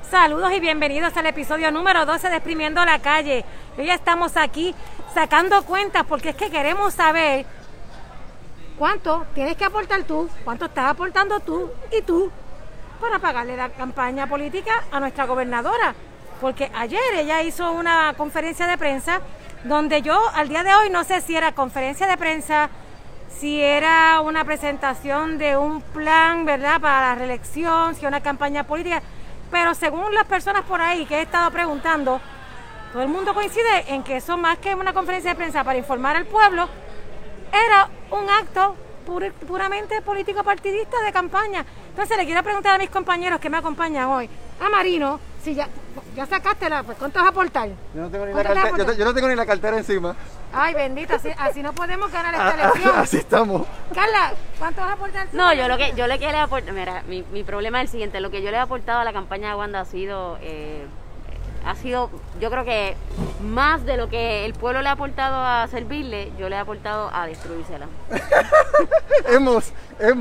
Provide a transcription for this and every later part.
Saludos y bienvenidos al episodio número 12 de Exprimiendo la Calle. Hoy ya estamos aquí sacando cuentas porque es que queremos saber cuánto tienes que aportar tú, cuánto estás aportando tú y tú para pagarle la campaña política a nuestra gobernadora. Porque ayer ella hizo una conferencia de prensa donde yo al día de hoy no sé si era conferencia de prensa, si era una presentación de un plan, ¿verdad?, para la reelección, si era una campaña política, pero según las personas por ahí que he estado preguntando, todo el mundo coincide en que eso más que una conferencia de prensa para informar al pueblo, era un acto puramente político partidista de campaña. Entonces le quiero preguntar a mis compañeros que me acompañan hoy, a Marino, si ya sacaste pues ¿cuánto vas a aportar? Yo no tengo ni la cartera, yo no tengo ni la cartera encima. Ay, bendito, así no podemos ganar esta elección. Así estamos. Carla, ¿cuánto vas a aportar? No, yo le quiero aportar, mira, mi problema es el siguiente, lo que yo le he aportado a la campaña de Wanda ha sido, yo creo que más de lo que el pueblo le ha aportado a servirle, yo le he aportado a destruírsela. Hemos.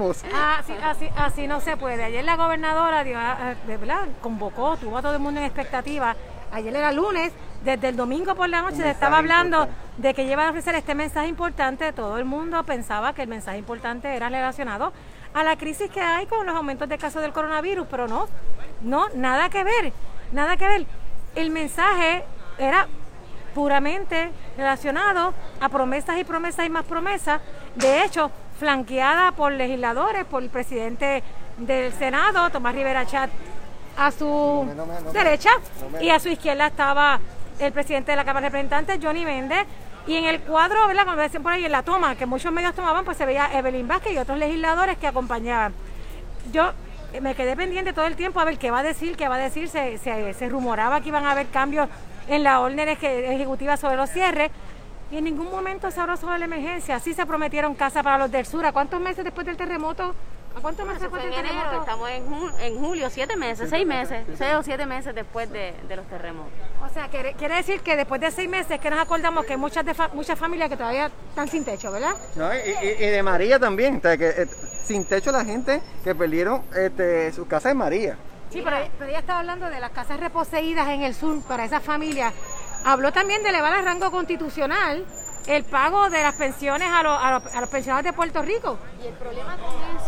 Así no se puede. Ayer la gobernadora de verdad convocó, tuvo a todo el mundo en expectativa. Ayer era lunes, desde el domingo por la noche se estaba hablando de que iba a ofrecer este mensaje importante. Todo el mundo pensaba que el mensaje importante era relacionado a la crisis que hay con los aumentos de casos del coronavirus, pero no, nada que ver. El mensaje era puramente relacionado a promesas y más promesas. De hecho, flanqueada por legisladores, por el presidente del Senado, Tomás Rivera Chat, a su derecha, y a su izquierda estaba el presidente de la Cámara de Representantes, Johnny Méndez, y en el cuadro, ¿verdad?, como decían por ahí, en la toma, que muchos medios tomaban, pues se veía Evelyn Vázquez y otros legisladores que acompañaban. Yo me quedé pendiente todo el tiempo a ver qué va a decir, se rumoraba que iban a haber cambios en las órdenes ejecutivas sobre los cierres, y en ningún momento se habló sobre la emergencia. Sí se prometieron casas para los del sur. ¿A cuántos meses después del terremoto? ¿A cuántos meses después del terremoto? Estamos en julio, 6 o 7 meses después de los terremotos. O sea, quiere decir que después de 6 meses que nos acordamos que hay muchas familias que todavía están sin techo, ¿verdad? No, y de María también, o sea, que sin techo la gente que perdieron sus casas en María. Sí, pero ella estaba hablando de las casas reposeídas en el sur para esas familias. Habló también de elevar al rango constitucional el pago de las pensiones a los pensionados de Puerto Rico. Y el problema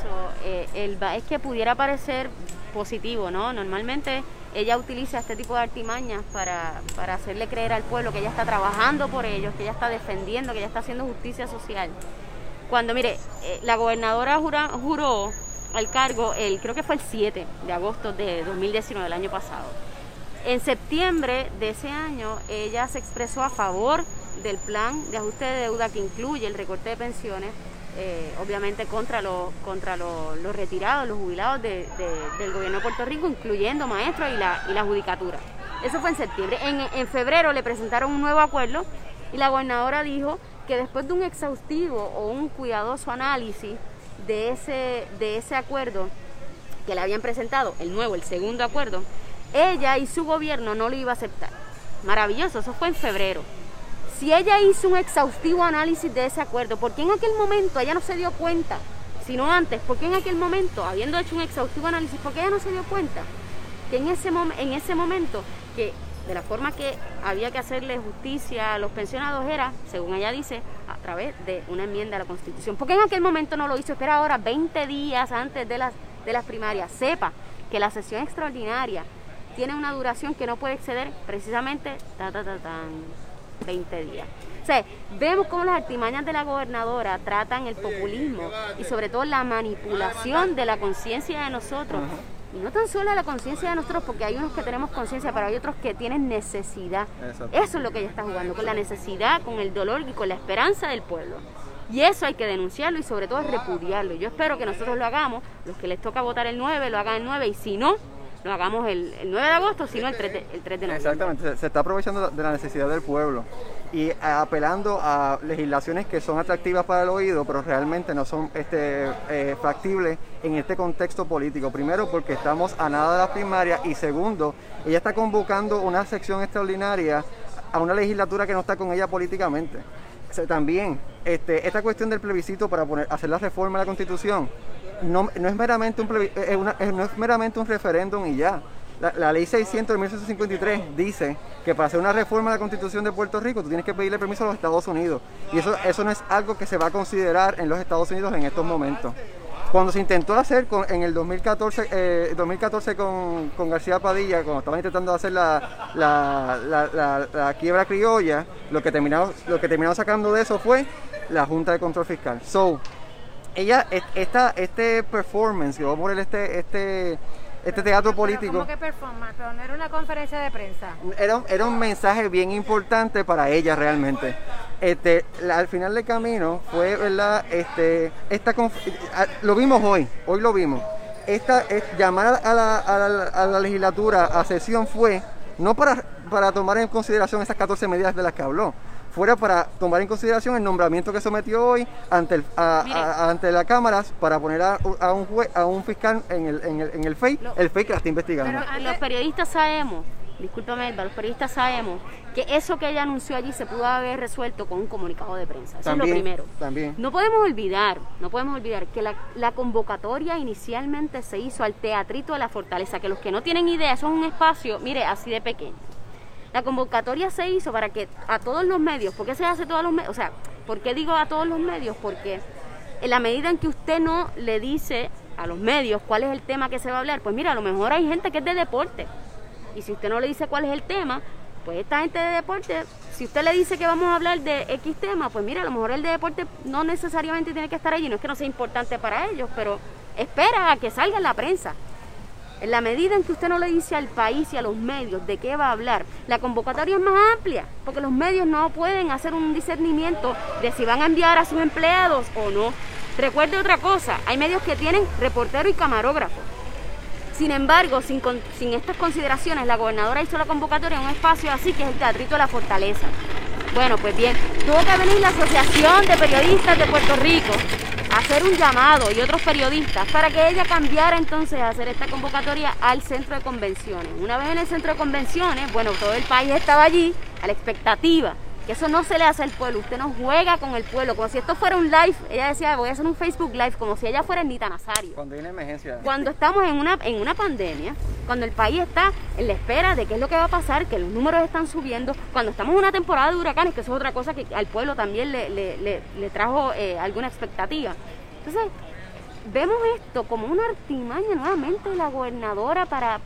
con eso es que pudiera parecer positivo, ¿no? Normalmente ella utiliza este tipo de artimañas para hacerle creer al pueblo que ella está trabajando por ellos, que ella está defendiendo, que ella está haciendo justicia social. Cuando, mire, la gobernadora juró al cargo, creo que fue el 7 de agosto de 2019, del año pasado. En septiembre de ese año, ella se expresó a favor del plan de ajuste de deuda que incluye el recorte de pensiones, obviamente contra los retirados, los jubilados del gobierno de Puerto Rico, incluyendo maestros y la judicatura. Eso fue en septiembre. En febrero le presentaron un nuevo acuerdo y la gobernadora dijo que después de un exhaustivo o un cuidadoso análisis de ese acuerdo que le habían presentado, el segundo acuerdo, ella y su gobierno no lo iba a aceptar. Maravilloso, eso fue en febrero. Si ella hizo un exhaustivo análisis de ese acuerdo, ¿por qué en aquel momento ella no se dio cuenta? Sino antes, ¿por qué en aquel momento, habiendo hecho un exhaustivo análisis, por qué ella no se dio cuenta? Que en ese momento, que de la forma que había que hacerle justicia a los pensionados era, según ella dice, a través de una enmienda a la Constitución. ¿Por qué en aquel momento no lo hizo? Espera ahora, 20 días antes de las primarias. Sepa que la sesión extraordinaria tiene una duración que no puede exceder precisamente 20 días. O sea, vemos cómo las artimañas de la gobernadora tratan el populismo y sobre todo la manipulación de la conciencia de nosotros. Y no tan solo la conciencia de nosotros, porque hay unos que tenemos conciencia, pero hay otros que tienen necesidad. Eso es lo que ella está jugando, con la necesidad, con el dolor y con la esperanza del pueblo. Y eso hay que denunciarlo y sobre todo repudiarlo. Yo espero que nosotros lo hagamos, los que les toca votar el 9, lo hagan el 9, y si no, lo hagamos el 9 de agosto, sino el 3 de noviembre. Exactamente, se está aprovechando de la necesidad del pueblo y apelando a legislaciones que son atractivas para el oído, pero realmente no son factibles en este contexto político. Primero, porque estamos a nada de las primarias, y segundo, ella está convocando una sección extraordinaria a una legislatura que no está con ella políticamente. O sea, también, esta cuestión del plebiscito para hacer la reforma de la Constitución no es meramente un referéndum y ya. La ley 600 de 1953 dice que para hacer una reforma a la Constitución de Puerto Rico tú tienes que pedirle permiso a los Estados Unidos. Y eso no es algo que se va a considerar en los Estados Unidos en estos momentos. Cuando se intentó hacer en el 2014 con García Padilla, cuando estaban intentando hacer la quiebra criolla, lo que terminaron sacando de eso fue la Junta de Control Fiscal. Este performance, que vamos a poner este teatro político. ¿Cómo que performance? Pero no era una conferencia de prensa. Era un mensaje bien importante para ella realmente. Al final del camino fue, ¿verdad? Lo vimos hoy lo vimos. Llamar a la legislatura a sesión fue no para tomar en consideración esas 14 medidas de las que habló, fuera para tomar en consideración el nombramiento que sometió hoy ante la Cámara para poner a un fiscal en el FEI, el FEI que la está investigando. Pero los periodistas sabemos, discúlpame, Elba, los periodistas sabemos que eso que ella anunció allí se pudo haber resuelto con un comunicado de prensa. Eso También, es lo primero. También. No podemos olvidar que la convocatoria inicialmente se hizo al Teatrito de la Fortaleza, que los que no tienen idea, eso es un espacio, mire, así de pequeño. La convocatoria se hizo para que a todos los medios, ¿por qué se hace a todos los medios? O sea, ¿por qué digo a todos los medios? Porque en la medida en que usted no le dice a los medios cuál es el tema que se va a hablar, pues mira, a lo mejor hay gente que es de deporte. Y si usted no le dice cuál es el tema, pues esta gente de deporte, si usted le dice que vamos a hablar de X tema, pues mira, a lo mejor el de deporte no necesariamente tiene que estar allí, no es que no sea importante para ellos, pero espera a que salga en la prensa. En la medida en que usted no le dice al país y a los medios de qué va a hablar, la convocatoria es más amplia, porque los medios no pueden hacer un discernimiento de si van a enviar a sus empleados o no. Recuerde otra cosa, hay medios que tienen reportero y camarógrafo. Sin embargo, sin estas consideraciones, la gobernadora hizo la convocatoria en un espacio así que es el Teatrito de la Fortaleza. Bueno, pues bien, tuvo que venir la Asociación de Periodistas de Puerto Rico a hacer un llamado y otros periodistas para que ella cambiara entonces a hacer esta convocatoria al centro de convenciones. Una vez en el centro de convenciones, bueno, todo el país estaba allí a la expectativa, que eso no se le hace al pueblo, usted no juega con el pueblo, como si esto fuera un live. Ella decía, voy a hacer un Facebook Live, como si ella fuera Nita Nazario. Cuando hay una emergencia. Cuando estamos en una pandemia, cuando el país está en la espera de qué es lo que va a pasar, que los números están subiendo, cuando estamos en una temporada de huracanes, que eso es otra cosa que al pueblo también le trajo alguna expectativa. Entonces, vemos esto como una artimaña nuevamente de la gobernadora para...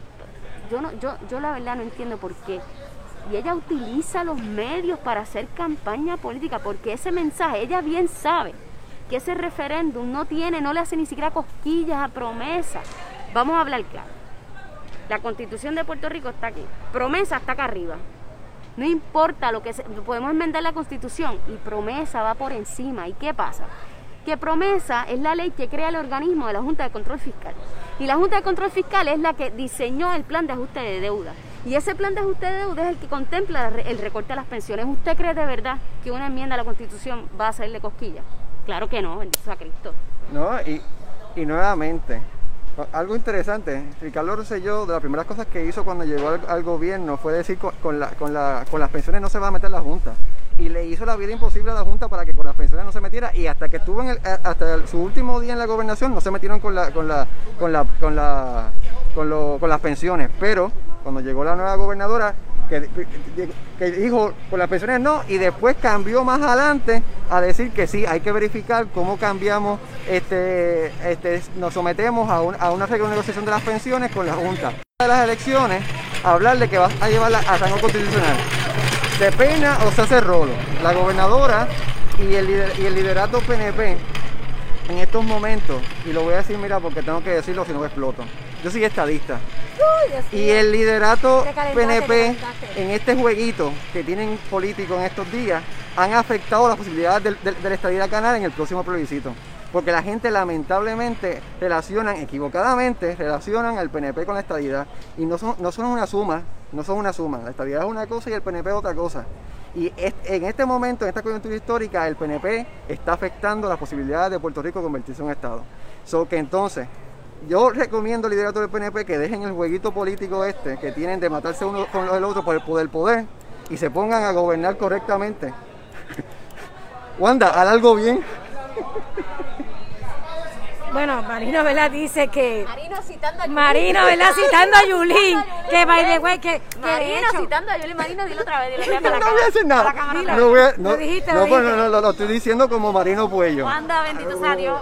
Yo la verdad no entiendo por qué. Y ella utiliza los medios para hacer campaña política, porque ese mensaje, ella bien sabe que ese referéndum no le hace ni siquiera cosquillas a promesa. Vamos a hablar claro. La Constitución de Puerto Rico está aquí, promesa está acá arriba. No importa podemos enmendar la Constitución y promesa va por encima. ¿Y qué pasa? Que promesa es la ley que crea el organismo de la Junta de Control Fiscal. Y la Junta de Control Fiscal es la que diseñó el plan de ajuste de deuda. Y ese plan de ajuste de deuda es el que contempla el recorte de las pensiones. ¿Usted cree de verdad que una enmienda a la Constitución va a hacerle cosquillas? Claro que no, bendito sea Cristo. No, y nuevamente, algo interesante, Ricardo Rosselló, de las primeras cosas que hizo cuando llegó al gobierno fue decir con las pensiones no se va a meter la Junta. Y le hizo la vida imposible a la Junta para que con las pensiones no se metiera, y hasta que estuvo hasta su último día en la gobernación no se metieron con las pensiones. Pero cuando llegó la nueva gobernadora que dijo con las pensiones no, y después cambió más adelante a decir que sí, hay que verificar cómo cambiamos, nos sometemos a una renegociación de las pensiones con la Junta. De las elecciones, hablar de que va a llevarla a rango constitucional. ¿Se peina o se hace rolo? La gobernadora y el liderato PNP en estos momentos, y lo voy a decir, mira, porque tengo que decirlo si no exploto. Yo soy estadista. Y el liderato PNP en este jueguito que tienen políticos en estos días han afectado las posibilidades de la estadidad ganar en el próximo plebiscito. Porque la gente lamentablemente equivocadamente relacionan al PNP con la estadidad. Y no son una suma. La estadidad es una cosa y el PNP es otra cosa. Y en este momento, en esta coyuntura histórica, el PNP está afectando las posibilidades de Puerto Rico convertirse en un estado. Que entonces, yo recomiendo al liderato del PNP que dejen el jueguito político que tienen de matarse uno con el otro por el poder y se pongan a gobernar correctamente. Wanda, haz algo bien. Bueno, Marino, ¿verdad? Dice que... Marino Marino, ¿verdad? Citando a Yulín. Que by the way, que Marino citando a Yulín. Marino, dilo otra vez. Dilo No voy a decir nada. Lo dijiste. Lo estoy diciendo como Marino Puello. Wanda, bendito sea Dios.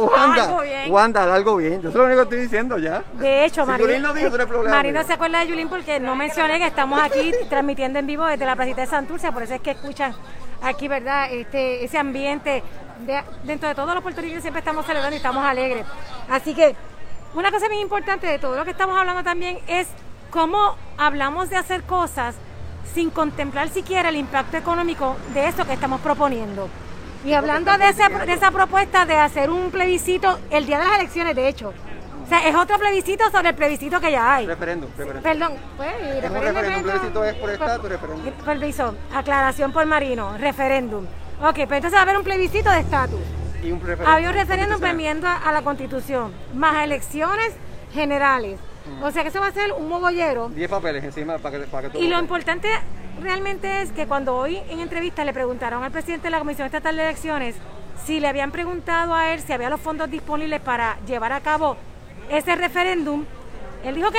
Wanda, algo bien. Yo soy lo único que estoy diciendo ya. De hecho, si Yulín lo dijo, no hay problema. Marino se acuerda de Yulín porque no mencioné que estamos aquí transmitiendo en vivo desde la placita de Santurce, por eso es que escuchan aquí, ¿verdad? Ese ambiente. Dentro de todos los puertorriqueños siempre estamos celebrando y estamos alegres. Así que una cosa bien importante de todo lo que estamos hablando también es cómo hablamos de hacer cosas sin contemplar siquiera el impacto económico de eso que estamos proponiendo. Y hablando de esa propuesta de hacer un plebiscito el día de las elecciones, de hecho. O sea, es otro plebiscito sobre el plebiscito que ya hay. Referéndum. Perdón, pues... Es un referéndum, un plebiscito es por estatus, referéndum. Permiso, aclaración por Marino, referéndum. Ok, pues entonces va a haber un plebiscito de estatus. Y un referéndum. Había un referéndum pendiente a la Constitución, más elecciones generales. O sea que eso va a ser un mogollero. 10 papeles encima para que todo. Y lo importante realmente es que cuando hoy en entrevista le preguntaron al presidente de la Comisión Estatal de Elecciones si le habían preguntado a él si había los fondos disponibles para llevar a cabo ese referéndum, él dijo que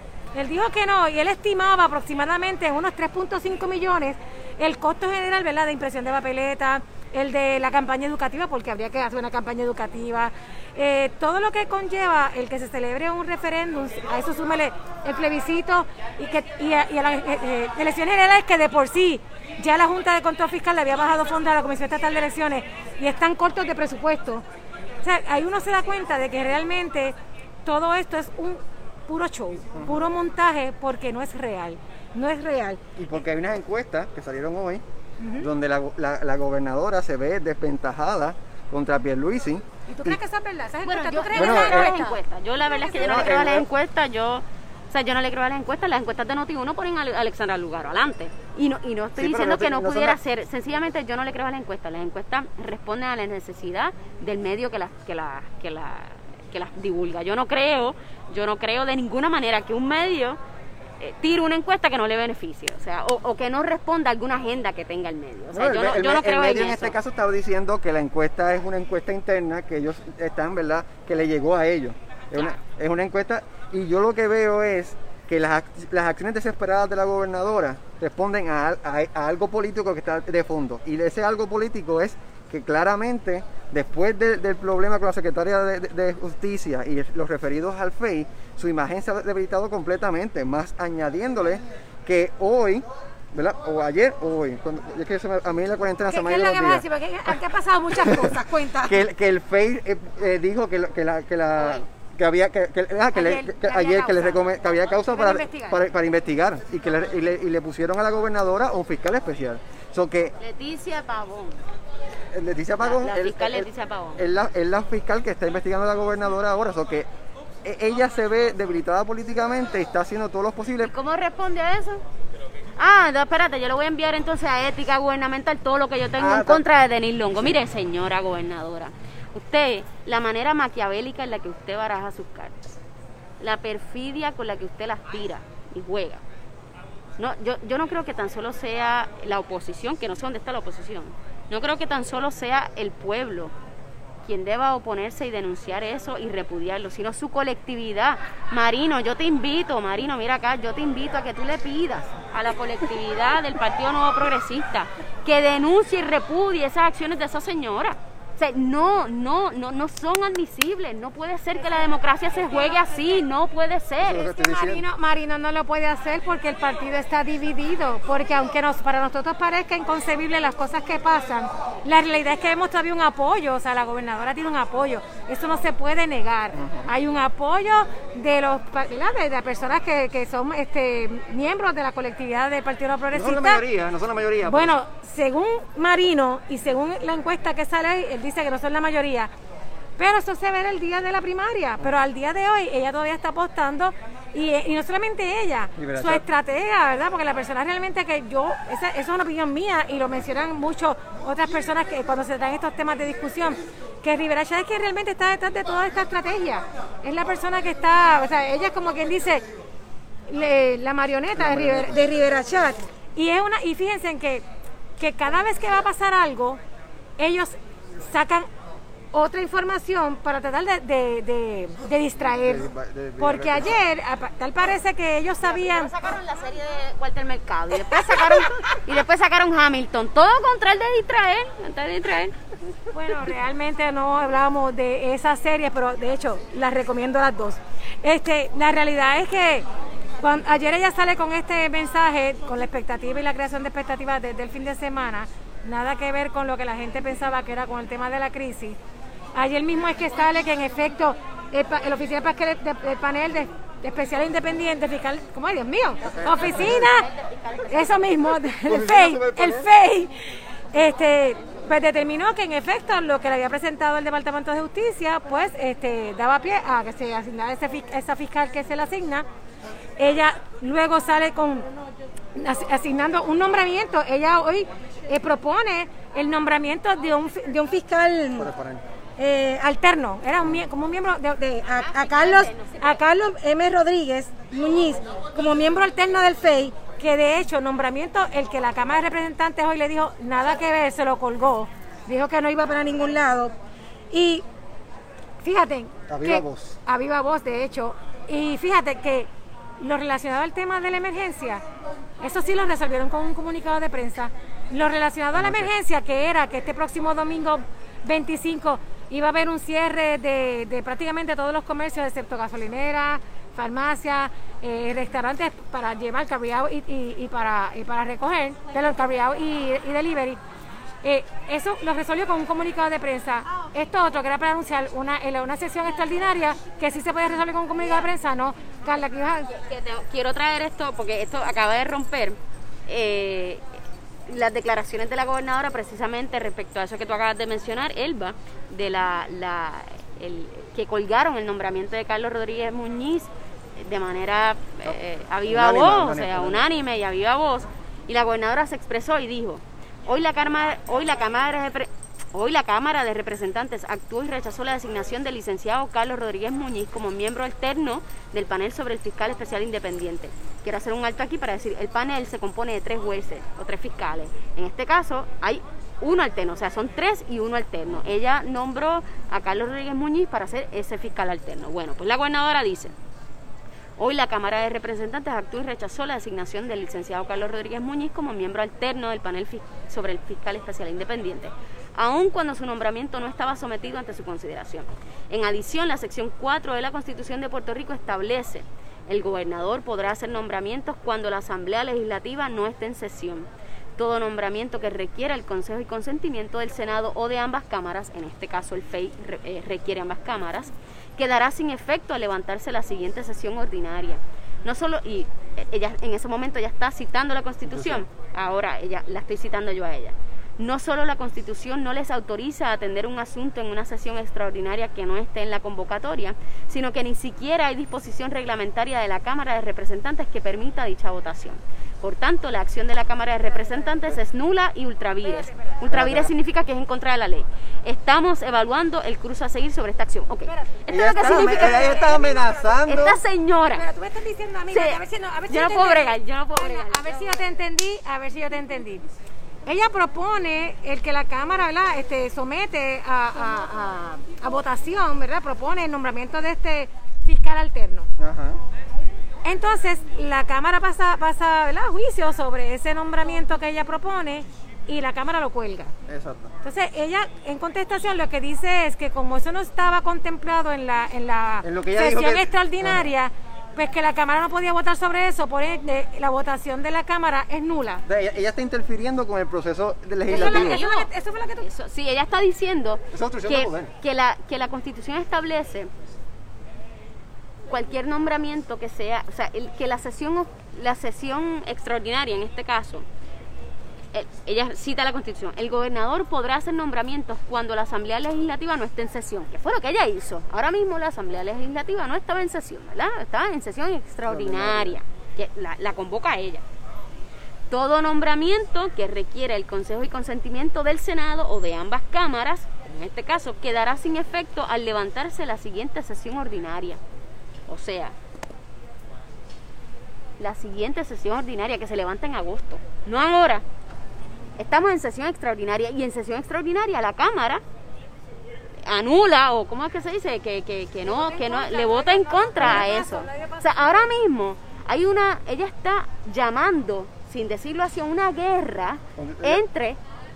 no, y él estimaba aproximadamente en unos 3.5 millones el costo general, ¿verdad?, de impresión de papeleta, el de la campaña educativa, porque habría que hacer una campaña educativa, todo lo que conlleva el que se celebre un referéndum, a eso súmele el plebiscito y a las elecciones generales, que de por sí ya la Junta de Control Fiscal le había bajado fondos a la Comisión Estatal de Elecciones y están cortos de presupuesto. O sea, ahí uno se da cuenta de que realmente todo esto es un puro show, puro montaje, porque no es real. Y porque hay unas encuestas que salieron hoy, donde la gobernadora se ve desventajada contra Pierluisi. ¿Y tú crees que eso es verdad? Bueno, ¿Tú yo crees creo que que eso es las encuestas. Yo la verdad es que yo no le creo a las encuestas. Yo no le creo a las encuestas. Las encuestas de Noti1 ponen a Alexandra Lugaro adelante. Y no estoy diciendo que no pudiera ser. Sencillamente yo no le creo a las encuestas. Las encuestas responden a la necesidad del medio que las divulga. Yo no creo de ninguna manera que un medio tire una encuesta que no le beneficie, o sea, o que no responda a alguna agenda que tenga el medio. O sea, yo no creo en eso. En este caso estaba diciendo que la encuesta es una encuesta interna que ellos están, ¿verdad?, que le llegó a ellos. Es una encuesta, y yo lo que veo es que las acciones desesperadas de la gobernadora responden a algo político que está de fondo, y ese algo político es que claramente después del problema con la secretaria de Justicia y los referidos al FEI, su imagen se ha debilitado completamente, más añadiéndole que hoy, ¿verdad?, o ayer o hoy, es que a mí la cuarentena se me ha ido los días. ¿Qué es lo que vas a decir? Porque aquí ha pasado muchas cosas, cuenta. que el FEI dijo que había causa para investigar, y que le pusieron a la gobernadora un fiscal especial. Leticia Pavón. Leticia Pavón, la fiscal Leticia Pavón. Es la fiscal que está investigando a la gobernadora ahora, que ella se ve debilitada políticamente y está haciendo todo lo posible. ¿Y cómo responde a eso? No, espérate, yo le voy a enviar entonces a ética gubernamental todo lo que yo tengo en contra de Denis Longo. Mire, señora gobernadora, usted, la manera maquiavélica en la que usted baraja sus cartas, la perfidia con la que usted las tira y juega. No, yo no creo que tan solo sea la oposición, que no sé dónde está la oposición. No creo que tan solo sea el pueblo quien deba oponerse y denunciar eso y repudiarlo, sino su colectividad. Marino, mira acá, yo te invito a que tú le pidas a la colectividad del Partido Nuevo Progresista que denuncie y repudie esas acciones de esa señora. O sea, no son admisibles. No puede ser que la democracia se juegue así, no puede ser. Es que Marino no lo puede hacer porque el partido está dividido, porque aunque para nosotros parezca inconcebible las cosas que pasan, la realidad es que vemos todavía un apoyo, o sea, la gobernadora tiene un apoyo, eso no se puede negar. Hay un apoyo de las personas que son miembros de la colectividad del Partido Nuevo Progresista. No son la mayoría. Bueno, según Marino y según la encuesta que sale, él dice que no son la mayoría, pero eso se ve el día de la primaria, pero al día de hoy ella todavía está apostando, y no solamente ella, su estratega, ¿verdad? Porque la persona realmente esa es una opinión mía y lo mencionan mucho otras personas que cuando se dan estos temas de discusión, que Rivera Chat es que realmente está detrás de toda esta estrategia, es la persona que está, o sea, ella es como quien dice la marioneta de Rivera Chat, y fíjense en que cada vez que va a pasar algo, ellos sacan otra información para tratar de distraer. Porque ayer, tal parece que ellos sabían... Después sacaron la serie de Walter Mercado y después sacaron Hamilton. Todo con tal de distraer. Bueno, realmente no hablábamos de esa serie, pero de hecho las recomiendo las dos. La realidad es que ayer ella sale con este mensaje, con la expectativa y la creación de expectativas desde el fin de semana, nada que ver con lo que la gente pensaba que era con el tema de la crisis. Ayer mismo es que sale que en efecto el oficial del panel de especial independiente fiscal, ¿cómo es? Dios mío, oficina, eso mismo, el FEI, pues determinó que en efecto lo que le había presentado el Departamento de Justicia, pues daba pie a que se asignara esa fiscal que se le asigna. Ella luego sale asignando un nombramiento. Ella hoy propone el nombramiento de un fiscal alterno. Era como un miembro a Carlos M. Rodríguez Muñiz como miembro alterno del FEI, que de hecho nombramiento el que la Cámara de Representantes hoy le dijo nada que ver, se lo colgó, dijo que no iba para ningún lado. Y fíjate a viva voz de hecho, y fíjate que lo relacionado al tema de la emergencia, eso sí lo resolvieron con un comunicado de prensa. Lo relacionado a la emergencia, que era que este próximo domingo 25 iba a haber un cierre de prácticamente todos los comercios, excepto gasolineras, farmacias, restaurantes para llevar carry out y para recoger, carry out y delivery. Eso lo resolvió con un comunicado de prensa. Esto otro que era para anunciar una sesión extraordinaria que sí se puede resolver con un comunicado de prensa, ¿no? Carla, quiero traer esto porque esto acaba de romper las declaraciones de la gobernadora precisamente respecto a eso que tú acabas de mencionar, Elba, de que colgaron el nombramiento de Carlos Rodríguez Muñiz de manera a viva voz, o sea, unánime y a viva voz, y la gobernadora se expresó y dijo: Hoy la Cámara de Representantes actuó y rechazó la designación del licenciado Carlos Rodríguez Muñiz como miembro alterno del panel sobre el fiscal especial independiente. Quiero hacer un alto aquí para decir, el panel se compone de 3 jueces o 3 fiscales. En este caso hay uno alterno, o sea, son 3 y uno alterno. Ella nombró a Carlos Rodríguez Muñiz para ser ese fiscal alterno. Bueno, pues la gobernadora dice: Hoy la Cámara de Representantes actuó y rechazó la designación del licenciado Carlos Rodríguez Muñiz como miembro alterno del panel sobre el fiscal especial independiente, aun cuando su nombramiento no estaba sometido ante su consideración. En adición, la sección 4 de la Constitución de Puerto Rico establece: el gobernador podrá hacer nombramientos cuando la Asamblea Legislativa no esté en sesión. Todo nombramiento que requiera el consejo y consentimiento del Senado o de ambas cámaras, en este caso el FEI requiere ambas cámaras, quedará sin efecto al levantarse la siguiente sesión ordinaria. No solo, y ella en ese momento ya está citando la Constitución, ahora la estoy citando yo a ella. No solo la Constitución no les autoriza a atender un asunto en una sesión extraordinaria que no esté en la convocatoria, sino que ni siquiera hay disposición reglamentaria de la Cámara de Representantes que permita dicha votación. Por tanto, la acción de la Cámara de Representantes es nula y ultravires. Ultravires significa que es en contra de la ley. Estamos evaluando el curso a seguir sobre esta acción. Ok. Esto es lo que significa. Ella está amenazando. Esta señora. Pero tú me estás diciendo a mí, Sí, a ver si yo no puedo bregar. A ver si yo te entendí. Ella propone el que la Cámara, ¿verdad? somete a votación, ¿verdad? Propone el nombramiento de este fiscal alterno. Ajá. Entonces, la Cámara pasa ¿verdad? A juicio sobre ese nombramiento que ella propone y la Cámara lo cuelga. Exacto. Entonces, ella en contestación lo que dice es que como eso no estaba contemplado en la sesión extraordinaria, pues que la Cámara no podía votar sobre eso, por ende, la votación de la Cámara es nula. Ella está interfiriendo con el proceso legislativo. Eso fue lo que tú... Sí, ella está diciendo que que la Constitución establece cualquier nombramiento que sea, o sea, que la sesión extraordinaria en este caso, ella cita la Constitución: el gobernador podrá hacer nombramientos cuando la Asamblea Legislativa no esté en sesión, que fue lo que ella hizo. Ahora mismo la Asamblea Legislativa no estaba en sesión, ¿verdad? Estaba en sesión extraordinaria, que la convoca ella. Todo nombramiento que requiera el consejo y consentimiento del Senado o de ambas cámaras, en este caso, quedará sin efecto al levantarse la siguiente sesión ordinaria. O sea, la siguiente sesión ordinaria que se levanta en agosto, no ahora. Estamos en sesión extraordinaria y en sesión extraordinaria la Cámara anula, o ¿cómo es que se dice? Que no le vota en contra a eso. O sea, ahora mismo ella está llamando, sin decirlo así, a una guerra entre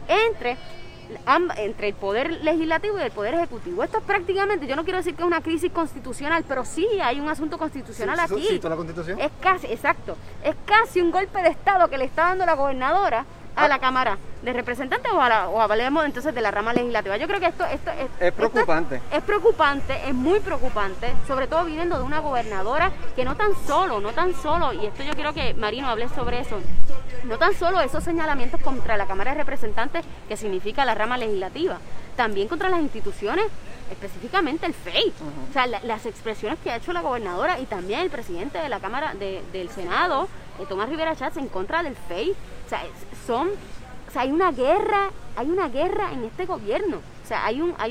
el poder legislativo y el poder ejecutivo. Esto es prácticamente, yo no quiero decir que es una crisis constitucional, pero sí hay un asunto constitucional aquí. ¿Citó la Constitución? Es casi un golpe de Estado que le está dando la gobernadora a la Cámara de Representantes o hablemos entonces de la rama legislativa. Yo creo que esto es preocupante. Es preocupante, es muy preocupante, sobre todo viniendo de una gobernadora que no tan solo, y esto yo quiero que Marino hable sobre eso, no tan solo esos señalamientos contra la Cámara de Representantes, que significa la rama legislativa, también contra las instituciones, específicamente el FEI. O sea, las expresiones que ha hecho la gobernadora y también el presidente de la Cámara del Senado, Tomás Rivera Schatz, en contra del FEI. O sea, hay una guerra en este gobierno. O sea,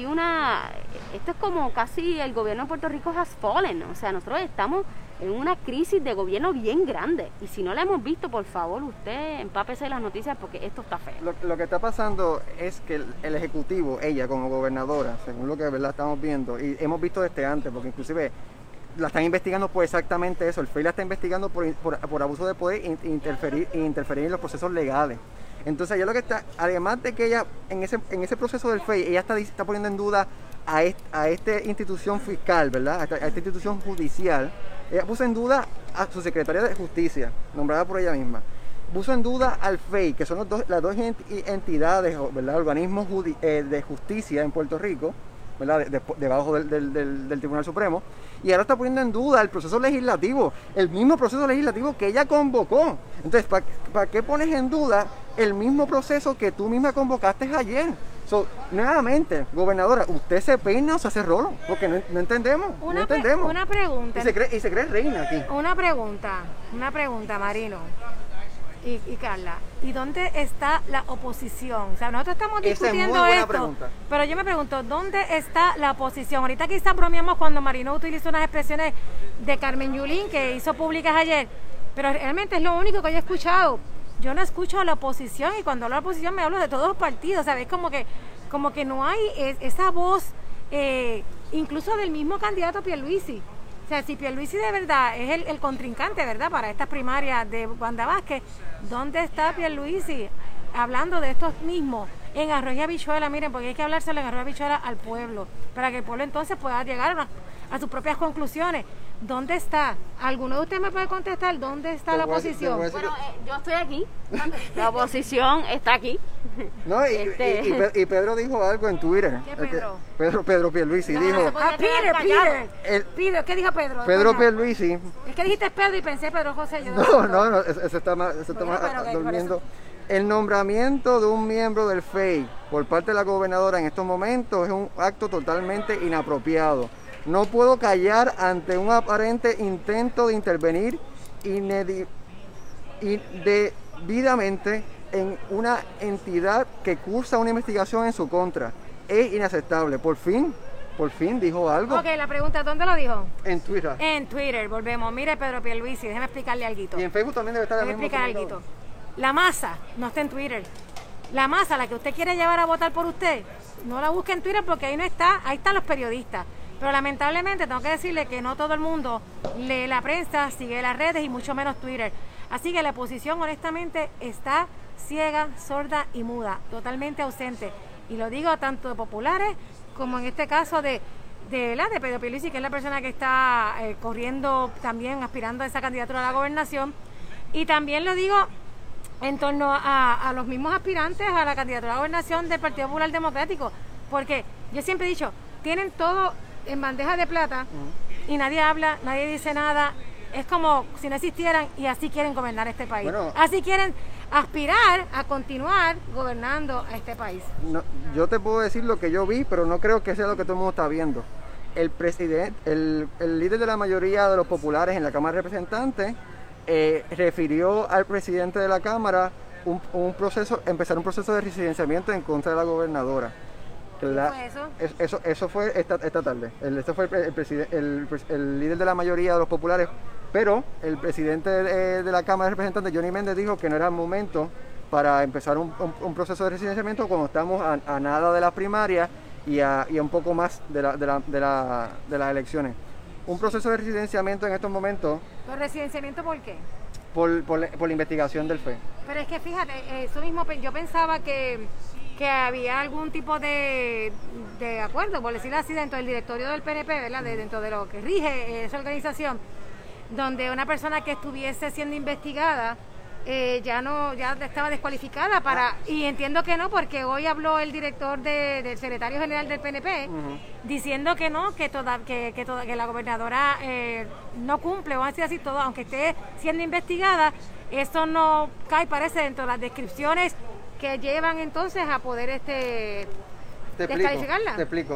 esto es como casi el gobierno de Puerto Rico has fallen. O sea, nosotros estamos en una crisis de gobierno bien grande. Y si no la hemos visto, por favor, usted empápese de las noticias porque esto está feo. Lo que está pasando es que el Ejecutivo, ella como gobernadora, según lo que ¿verdad? Estamos viendo, y hemos visto desde antes, porque inclusive la están investigando por exactamente eso. El FEI la está investigando por abuso de poder e interferir en los procesos legales. Entonces ella lo que está, además de que ella en ese proceso del FEI, ella está poniendo en duda a esta institución fiscal, ¿verdad? A esta institución judicial. Ella puso en duda a su secretaria de Justicia, nombrada por ella misma. Puso en duda al FEI, que son las dos entidades, ¿verdad? Organismos de justicia en Puerto Rico, ¿verdad? Debajo del Tribunal Supremo. Y ahora está poniendo en duda el proceso legislativo, el mismo proceso legislativo que ella convocó. Entonces, ¿para qué pones en duda el mismo proceso que tú misma convocaste ayer? Nuevamente, gobernadora, ¿usted se peina o se hace rolo? Porque no entendemos, no entendemos. Una pregunta. Y se cree reina aquí. Una pregunta, Marino y Carla. ¿Y dónde está la oposición? O sea, nosotros estamos discutiendo esto, pregunta. Pero yo me pregunto, ¿dónde está la oposición? Ahorita quizás bromeamos cuando Marino utilizó unas expresiones de Carmen Yulín que hizo públicas ayer, pero realmente es lo único que yo he escuchado. Yo no escucho a la oposición, y cuando hablo de la oposición me hablo de todos los partidos, ¿sabes? Como que no hay esa voz, incluso del mismo candidato Pierluisi. O sea, si Pierluisi de verdad es el contrincante, ¿verdad?, para estas primarias de Wanda Vázquez, ¿dónde está Pierluisi hablando de estos mismos en Arroyo y Habichuela? Miren, porque hay que hablárselo en Arroyo y Habichuela al pueblo, para que el pueblo entonces pueda llegar a sus propias conclusiones. ¿Dónde está? ¿Alguno de ustedes me puede contestar dónde está la oposición? Bueno, yo estoy aquí. La oposición está aquí. No, y Pedro dijo algo en Twitter. ¿Qué Pedro? Pedro Pierluisi dijo. Peter. ¿Qué dijo Pedro? Pedro Pierluisi. Es que dijiste Pedro y pensé Pedro José. No, ese está más durmiendo. El nombramiento de un miembro del FEI por parte de la gobernadora en estos momentos es un acto totalmente inapropiado. No puedo callar ante un aparente intento de intervenir indebidamente en una entidad que cursa una investigación en su contra. Es inaceptable. Por fin dijo algo. Ok, la pregunta, ¿dónde lo dijo? En Twitter. En Twitter, volvemos. Mire, Pedro Pierluisi, déjeme explicarle algo. Y en Facebook también debe estar el mismo. Déjeme explicar algo. La masa no está en Twitter. La masa, la que usted quiere llevar a votar por usted, no la busque en Twitter porque ahí no está, ahí están los periodistas. Pero lamentablemente tengo que decirle que no todo el mundo lee la prensa, sigue las redes y mucho menos Twitter. Así que la oposición honestamente está ciega, sorda y muda, totalmente ausente. Y lo digo tanto de populares como en este caso de Pedro Pierluisi, que es la persona que está corriendo también, aspirando a esa candidatura a la gobernación. Y también lo digo en torno a los mismos aspirantes a la candidatura a la gobernación del Partido Popular Democrático. Porque yo siempre he dicho, tienen todo en bandeja de plata y nadie habla, nadie dice nada. Es como si no existieran y así quieren gobernar este país. Bueno, así quieren aspirar a continuar gobernando a este país. No, yo te puedo decir lo que yo vi, pero no creo que sea lo que todo el mundo está viendo. El presidente, el líder de la mayoría de los populares en la Cámara de Representantes refirió al presidente de la Cámara empezar un proceso de residenciamiento en contra de la gobernadora. Eso fue esta tarde. Eso fue el líder de la mayoría de los populares, pero el presidente de la Cámara de Representantes, Johnny Méndez, dijo que no era el momento para empezar un proceso de residenciamiento cuando estamos a nada de las primarias y a un poco más de las elecciones. Un proceso de residenciamiento en estos momentos... ¿Por residenciamiento por qué? Por la investigación del FE. Pero es que fíjate, eso mismo, yo pensaba que había algún tipo de acuerdo, por decirlo así, dentro del directorio del PNP, ¿verdad? Dentro de lo que rige esa organización, donde una persona que estuviese siendo investigada ya estaba descualificada y entiendo que no, porque hoy habló el director del secretario general del PNP diciendo que no, que la gobernadora no cumple, vamos a decir así, todo, aunque esté siendo investigada, esto no cae, parece, dentro de las descripciones que llevan entonces a poder descalificarla. Te explico.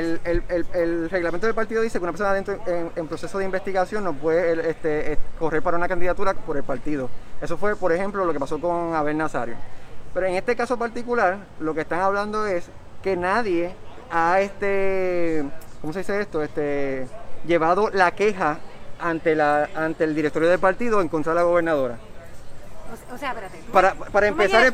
El reglamento del partido dice que una persona en proceso de investigación no puede correr para una candidatura por el partido. Eso fue, por ejemplo, lo que pasó con Abel Nazario. Pero en este caso particular, lo que están hablando es que nadie ha ¿cómo se dice esto? Llevado la queja ante el directorio del partido en contra de la gobernadora. O sea, espérate. Para empezar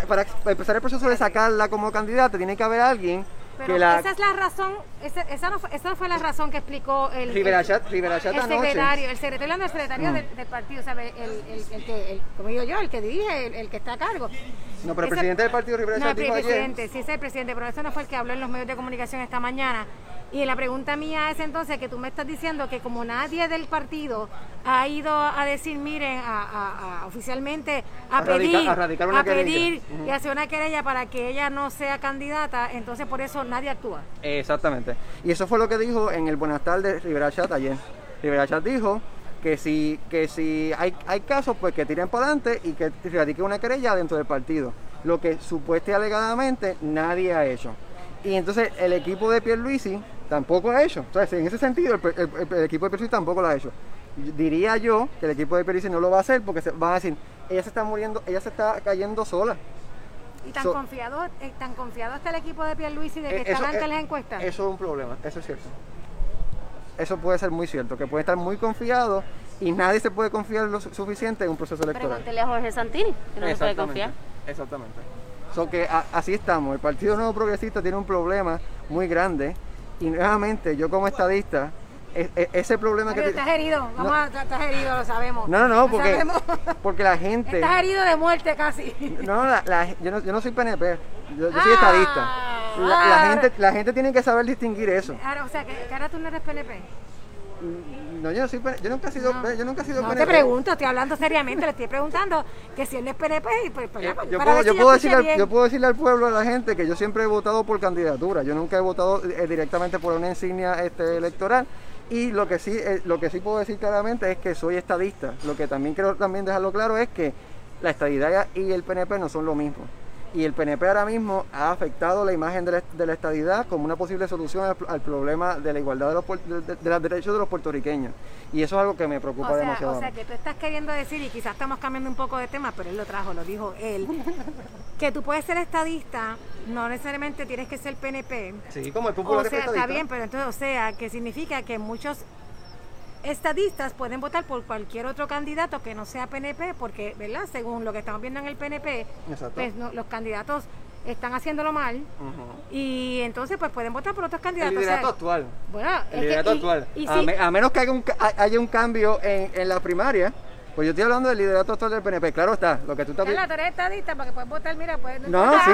el proceso de sacarla como candidata, tiene que haber alguien pero que esa es la razón, esa no fue la razón que explicó el secretario, hablando del secretario del partido, ¿sabe? Como digo yo, el que dirige, el que está a cargo. No, pero el presidente del partido, Rivera Chat, dijo ayer. Sí, es el presidente, pero eso no fue el que habló en los medios de comunicación esta mañana. Y la pregunta mía es entonces que tú me estás diciendo que como nadie del partido ha ido a decir, miren, oficialmente a pedir y hacer una querella para que ella no sea candidata, entonces por eso nadie actúa. Exactamente. Y eso fue lo que dijo en el Buenas tardes Rivera Chat ayer. Rivera Chat dijo que si hay casos, pues que tiren para adelante y que radique una querella dentro del partido. Lo que supuestamente y alegadamente nadie ha hecho. Y entonces el equipo de Pierluisi tampoco ha hecho. Entonces, en ese sentido, el equipo de Pierluisi tampoco lo ha hecho. Diría yo que el equipo de Pierluisi no lo va a hacer porque van a decir, ella se está muriendo, ella se está cayendo sola. ¿Y tan confiado está el equipo de Pierluisi de que está ante las encuestas? Eso es un problema, eso es cierto. Eso puede ser muy cierto, que puede estar muy confiado y nadie se puede confiar lo suficiente en un proceso electoral. Pregúntele a Jorge Santini, que no se puede confiar. Exactamente. Que así estamos. El Partido Nuevo Progresista tiene un problema muy grande y nuevamente yo como estadista ese problema que estás herido, estás herido, lo sabemos. No, porque la gente estás herido de muerte casi. Yo no soy PNP, yo soy estadista. La gente tiene que saber distinguir eso. Ahora, o sea, que ahora tú no eres PNP. No, yo nunca he sido PNP. No te pregunto, estoy hablando seriamente, le estoy preguntando que si él es PNP, pues yo puedo decirle al pueblo, a la gente, que yo siempre he votado por candidatura. Yo nunca he votado directamente por una insignia electoral. Y lo que sí puedo decir claramente es que soy estadista. Lo que también quiero dejarlo claro es que la estadidad y el PNP no son lo mismo. Y el PNP ahora mismo ha afectado la imagen de la estadidad como una posible solución al problema de la igualdad de los derechos de los puertorriqueños. Y eso es algo que me preocupa demasiado. O sea, que tú estás queriendo decir, y quizás estamos cambiando un poco de tema, pero él lo dijo él, que tú puedes ser estadista, no necesariamente tienes que ser PNP. Sí, como el popular estadista. Está bien, pero entonces, que significa que muchos estadistas pueden votar por cualquier otro candidato que no sea PNP, porque, ¿verdad? Según lo que estamos viendo en el PNP, pues, los candidatos están haciéndolo mal, y entonces pues pueden votar por otros candidatos. El liderato actual. Bueno, el liderato actual. A menos que haya un cambio en la primaria, pues yo estoy hablando del liderato actual del PNP. Claro está, lo que tú estás viendo. Tú eres estadista para que puedas votar, mira, pues. No, sí.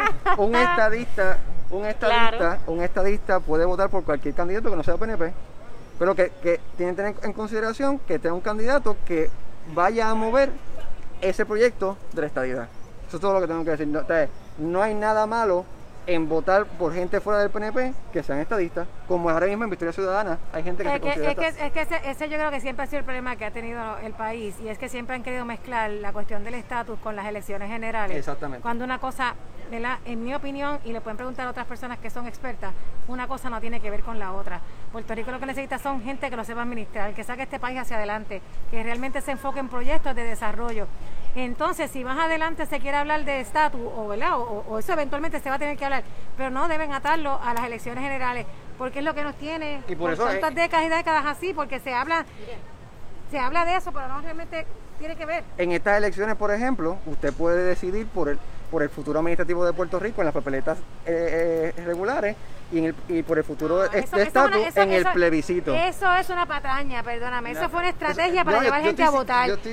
Un estadista puede votar por cualquier candidato que no sea PNP. Pero que tienen que tener en consideración que tenga un candidato que vaya a mover ese proyecto de la estadidad. Eso es todo lo que tengo que decir. No hay nada malo en votar por gente fuera del PNP que sean estadistas, como ahora mismo en Victoria Ciudadana hay gente que se considera ese yo creo que siempre ha sido el problema que ha tenido el país, y es que siempre han querido mezclar la cuestión del estatus con las elecciones generales. Exactamente. Cuando una cosa, ¿verdad? En mi opinión, y le pueden preguntar a otras personas que son expertas, una cosa no tiene que ver con la otra. Puerto Rico lo que necesita son gente que lo sepa administrar, que saque este país hacia adelante, que realmente se enfoque en proyectos de desarrollo. Entonces, si más adelante se quiere hablar de estatus, o eso eventualmente se va a tener que hablar, pero no deben atarlo a las elecciones generales, porque es lo que nos tiene y por tantas décadas y décadas así, porque se habla de eso, pero no realmente tiene que ver. En estas elecciones, por ejemplo, usted puede decidir por el futuro administrativo de Puerto Rico en las papeletas regulares, y por el futuro de eso estatus en el plebiscito. Eso es una patraña, perdóname. Eso fue una estrategia para llevar gente a votar. Yo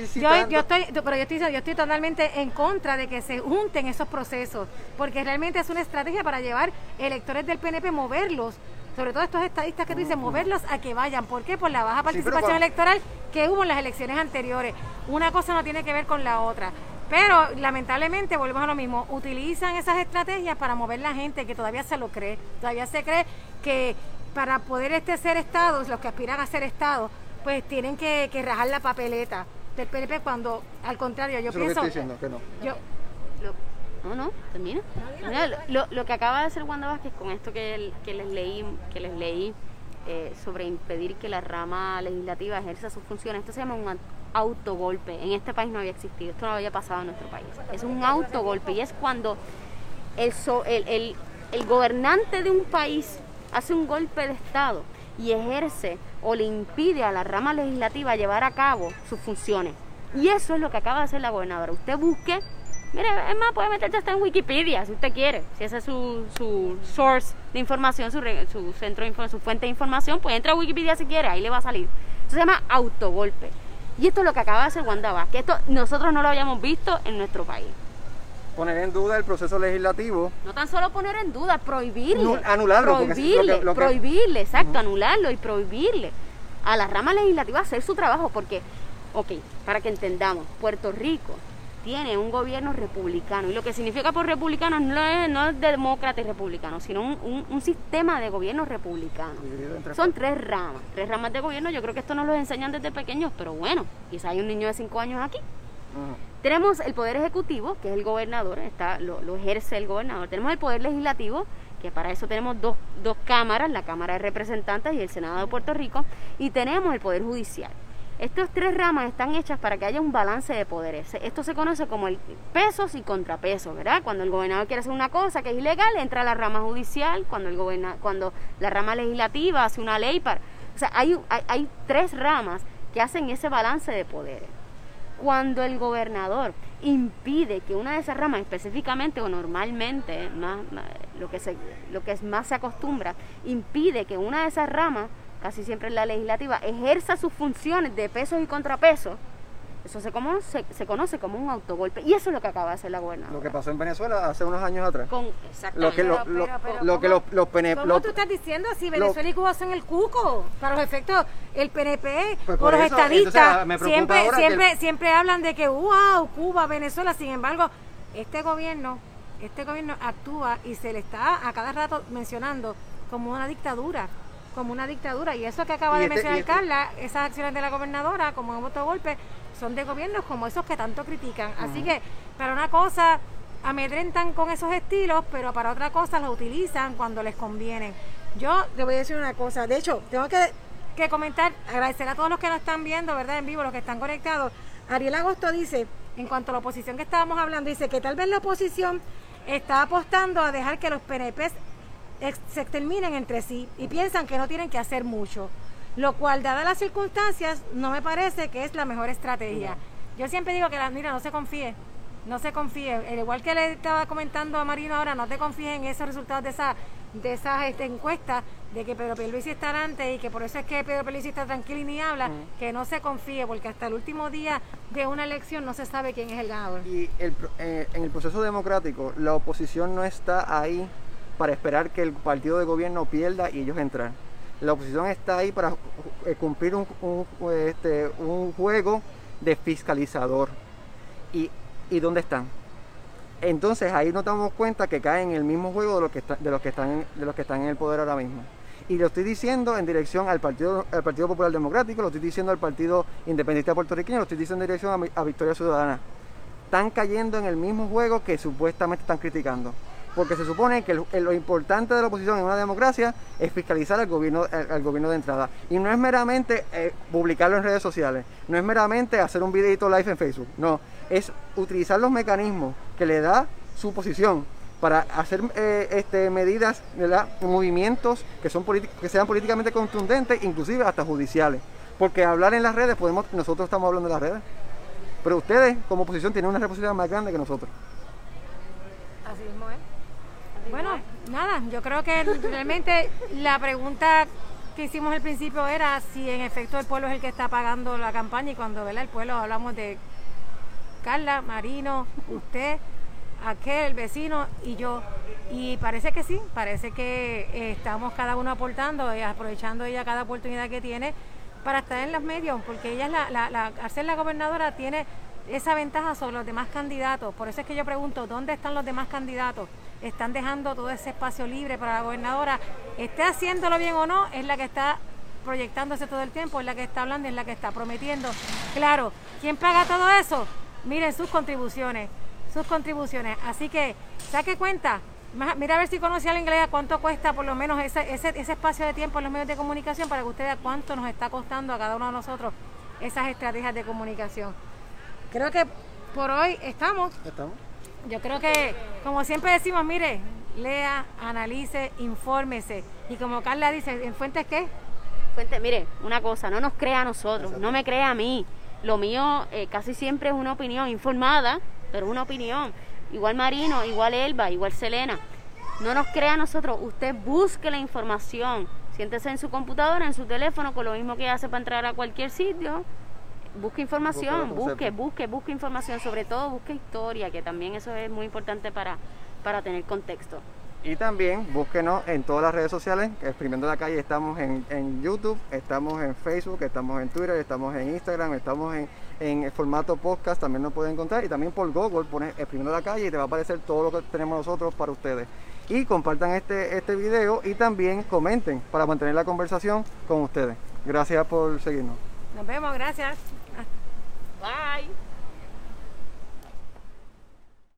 estoy totalmente en contra de que se junten esos procesos, porque realmente es una estrategia para llevar electores del PNP, moverlos, sobre todo estos estadistas que tú dices, moverlos a que vayan. ¿Por qué? Por la baja participación electoral que hubo en las elecciones anteriores. Una cosa no tiene que ver con la otra. Pero lamentablemente volvemos a lo mismo, utilizan esas estrategias para mover la gente que todavía se lo cree, todavía se cree que para poder ser estados, los que aspiran a ser estados, pues tienen que rajar la papeleta del PNP, cuando al contrario yo pienso... Lo que estoy diciendo, que no. No, termina. Lo que acaba de hacer Wanda Vázquez con esto que les leí sobre impedir que la rama legislativa ejerza sus funciones, esto se llama un autogolpe. En este país no había existido, esto no había pasado en nuestro país. Es un autogolpe y es cuando el gobernante de un país hace un golpe de estado y ejerce o le impide a la rama legislativa llevar a cabo sus funciones. Y eso es lo que acaba de hacer la gobernadora. Usted busque, mire, es más, puede meterse hasta en Wikipedia si usted quiere, si ese es su source de información, su centro de información, su fuente de información, pues entra a Wikipedia si quiere, ahí le va a salir. Eso se llama autogolpe. Y esto es lo que acaba de hacer Wanda Vázquez. Esto nosotros no lo habíamos visto en nuestro país. Poner en duda el proceso legislativo. No tan solo poner en duda, prohibirle. Anularlo. Prohibirle, exacto, anularlo y prohibirle a la rama legislativa hacer su trabajo. Porque, para que entendamos, Puerto Rico tiene un gobierno republicano. Y lo que significa por republicano no es demócrata y republicano, sino un sistema de gobierno republicano. Son tres ramas de gobierno. Yo creo que esto nos lo enseñan desde pequeños, pero bueno, quizá hay un niño de 5 años aquí. Tenemos el poder ejecutivo, que es el gobernador, lo ejerce el gobernador. Tenemos el poder legislativo, que para eso tenemos dos cámaras, la Cámara de Representantes y el Senado de Puerto Rico, y tenemos el poder judicial. Estas tres ramas están hechas para que haya un balance de poderes. Esto se conoce como el pesos y contrapesos, ¿verdad? Cuando el gobernador quiere hacer una cosa que es ilegal, entra la rama judicial. Cuando la rama legislativa hace una ley o sea, hay tres ramas que hacen ese balance de poderes. Cuando el gobernador impide que una de esas ramas, específicamente o normalmente, lo que más se acostumbra, impide que una de esas ramas, casi siempre en la legislativa, ejerza sus funciones de pesos y contrapesos, eso se conoce como un autogolpe. Y eso es lo que acaba de hacer la gobernadora. Lo que pasó en Venezuela hace unos años atrás. Exactamente. Los PNP... ¿Cómo tú estás diciendo si Venezuela y Cuba son el cuco? Para los efectos, el PNP pues o los eso, estadistas entonces, siempre hablan de que wow, Cuba, Venezuela. Sin embargo, este gobierno actúa y se le está a cada rato mencionando como una dictadura. Y eso que acaba de mencionar Carla, esas acciones de la gobernadora como un autogolpe, son de gobiernos como esos que tanto critican. Así que para una cosa amedrentan con esos estilos, pero para otra cosa los utilizan cuando les conviene. Yo le voy a decir una cosa, de hecho, tengo que comentar, agradecer a todos los que nos están viendo, ¿verdad? En vivo, los que están conectados. Ariel Agosto dice, en cuanto a la oposición que estábamos hablando, dice que tal vez la oposición está apostando a dejar que los PNP se exterminen entre sí y piensan que no tienen que hacer mucho, lo cual, dadas las circunstancias, no me parece que es la mejor estrategia. Yo siempre digo que no se confíe, al igual que le estaba comentando a Marino ahora, no te confíes en esos resultados de esas encuestas de que Pedro Pierluisi está adelante y que por eso es que Pedro Pierluisi está tranquilo y ni habla, que no se confíe, porque hasta el último día de una elección no se sabe quién es el ganador. Y en el proceso democrático, la oposición no está ahí para esperar que el partido de gobierno pierda y ellos entrar. La oposición está ahí para cumplir un juego de fiscalizador. ¿Y dónde están? Entonces ahí nos damos cuenta que caen en el mismo juego de los que están en el poder ahora mismo. Y lo estoy diciendo en dirección al Partido Popular Democrático, lo estoy diciendo al Partido Independentista Puertorriqueño, lo estoy diciendo en dirección a Victoria Ciudadana. Están cayendo en el mismo juego que supuestamente están criticando. Porque se supone que lo importante de la oposición en una democracia es fiscalizar al gobierno de entrada. Y no es meramente publicarlo en redes sociales, no es meramente hacer un videito live en Facebook, no, es utilizar los mecanismos que le da su posición para hacer medidas, ¿verdad? Movimientos que sean políticamente contundentes, inclusive hasta judiciales. Porque hablar en las redes, nosotros estamos hablando en las redes, pero ustedes como oposición tienen una responsabilidad más grande que nosotros. Así mismo es. Bueno, nada, yo creo que realmente la pregunta que hicimos al principio era si en efecto el pueblo es el que está pagando la campaña, y cuando, ¿verdad?, el pueblo hablamos de Carla, Marino, usted, aquel, el vecino y yo. Y parece que sí, parece que estamos cada uno aportando y aprovechando ella cada oportunidad que tiene para estar en los medios, porque ella es al ser la gobernadora tiene esa ventaja sobre los demás candidatos. Por eso es que yo pregunto, ¿dónde están los demás candidatos? Están dejando todo ese espacio libre para la gobernadora. Esté haciéndolo bien o no, es la que está proyectándose todo el tiempo, es la que está hablando, es la que está prometiendo. Claro, ¿quién paga todo eso? Miren sus contribuciones. Así que saque cuenta, mira a ver si conoce a alguien que le diga cuánto cuesta por lo menos ese espacio de tiempo en los medios de comunicación, para que usted vea cuánto nos está costando a cada uno de nosotros esas estrategias de comunicación. Creo que por hoy estamos. Yo creo que, como siempre decimos, mire, lea, analice, infórmese. Y como Carla dice, ¿en fuentes qué? Mire, una cosa, no nos crea a nosotros, no me crea a mí. Lo mío casi siempre es una opinión informada, pero es una opinión. Igual Marino, igual Elba, igual Selena. No nos crea a nosotros, usted busque la información. Siéntese en su computadora, en su teléfono, con lo mismo que hace para entrar a cualquier sitio. Busque información, busque información, sobre todo busque historia, que también eso es muy importante para tener contexto. Y también búsquenos en todas las redes sociales, Exprimiendo la Calle. Estamos en YouTube, estamos en Facebook, estamos en Twitter, estamos en Instagram, estamos en formato podcast, también nos pueden encontrar. Y también por Google pones Exprimiendo la Calle y te va a aparecer todo lo que tenemos nosotros para ustedes. Y compartan este video y también comenten para mantener la conversación con ustedes. Gracias por seguirnos. Nos vemos, gracias. Bye.